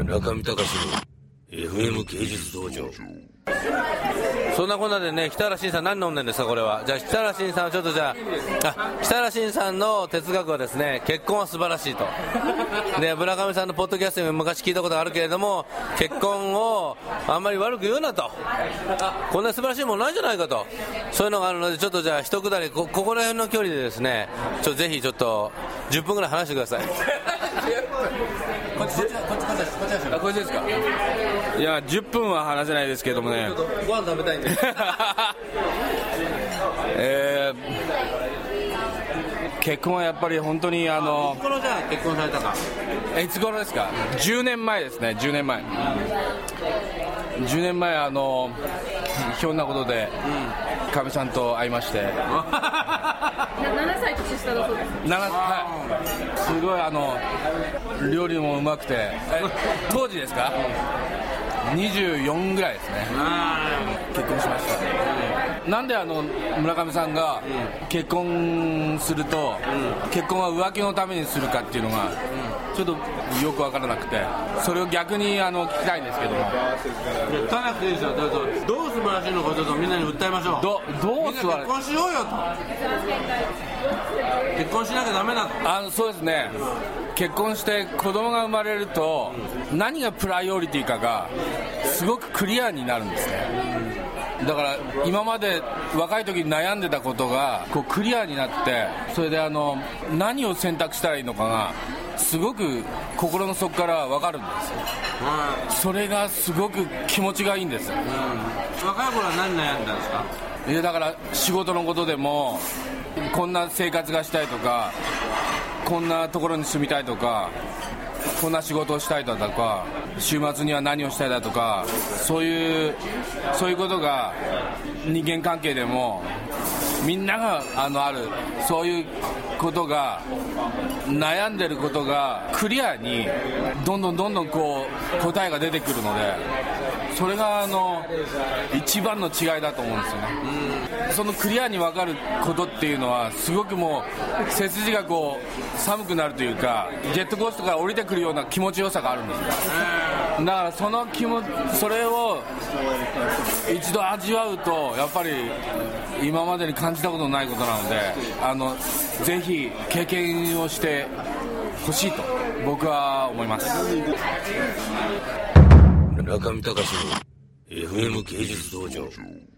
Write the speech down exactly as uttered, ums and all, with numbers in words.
中見隆の エフエム 芸術道場。そんなこんなでね、北原慎さん何飲んでんですかこれは。じゃあ北原慎さんはちょっとじゃあ、あ北原慎さんの哲学はですね、結婚は素晴らしいと。で村上さんのポッドキャストでも昔聞いたことがあるけれども、結婚をあんまり悪く言うなと、こんな素晴らしいものないじゃないかと、そういうのがあるので、ちょっとじゃあ一くだり こ, ここら辺の距離でですね、ちょぜひちょっとじゅっぷんぐらい話してください。こっちこっちこっちこっちこっちですか。こっちですか。 いやじゅっぷんは話せないですけどもね。 ご飯食べたいんで。 えー、結婚はやっぱり本当にあのいつ頃じゃあ結婚されたか。 いつ頃ですか。じゅうねんまえですね。じゅうねんまえじゅうねんまえあのひょんなことでかみさんと会いまして、 ななさい年下だそうです。 なな、はい、すごいあの料理もうまくて、当時ですかにじゅうよんぐらいですね。結婚しました。なんであの村上さんが結婚すると、結婚は浮気のためにするかっていうのがちょっとよく分からなくて、それを逆にあの聞きたいんですけども。 聞かなくていいですよ。どうぞどう素晴らしいのかちょっとみんなに訴えましょう。 どどう素晴らしい。 みんな結婚しようよと。結婚しなきゃダメだと。 あのそうですね。結婚して子供が生まれると何がプライオリティかがすごくクリアになるんですね。だから今まで若い時に悩んでたことがこうクリアになって、それであの何を選択したらいいのかがすごく心の底から分かるんですよ。それがすごく気持ちがいいんです。 若い頃は何悩んだんですか。 いやだから仕事のことでも、こんな生活がしたいとか、こんなところに住みたいとか、こんな仕事をしたいだとか、週末には何をしたいだとか、そういうそういうことが人間関係でもみんながあのある、そういうことが悩んでることがクリアにどんどんどんどんこう答えが出てくるので、それがあの一番の違いだと思うんですよね。そのクリアに分かることっていうのはすごくもう背筋がこう寒くなるというか、ジェットコースターから降りてくるような気持ちよさがあるんですよ。だからその気持ち、それを一度味わうとやっぱり今までに感じたことのないことなので、あのぜひ経験をしてほしいと僕は思います。 中見隆の エフエム 芸術道場。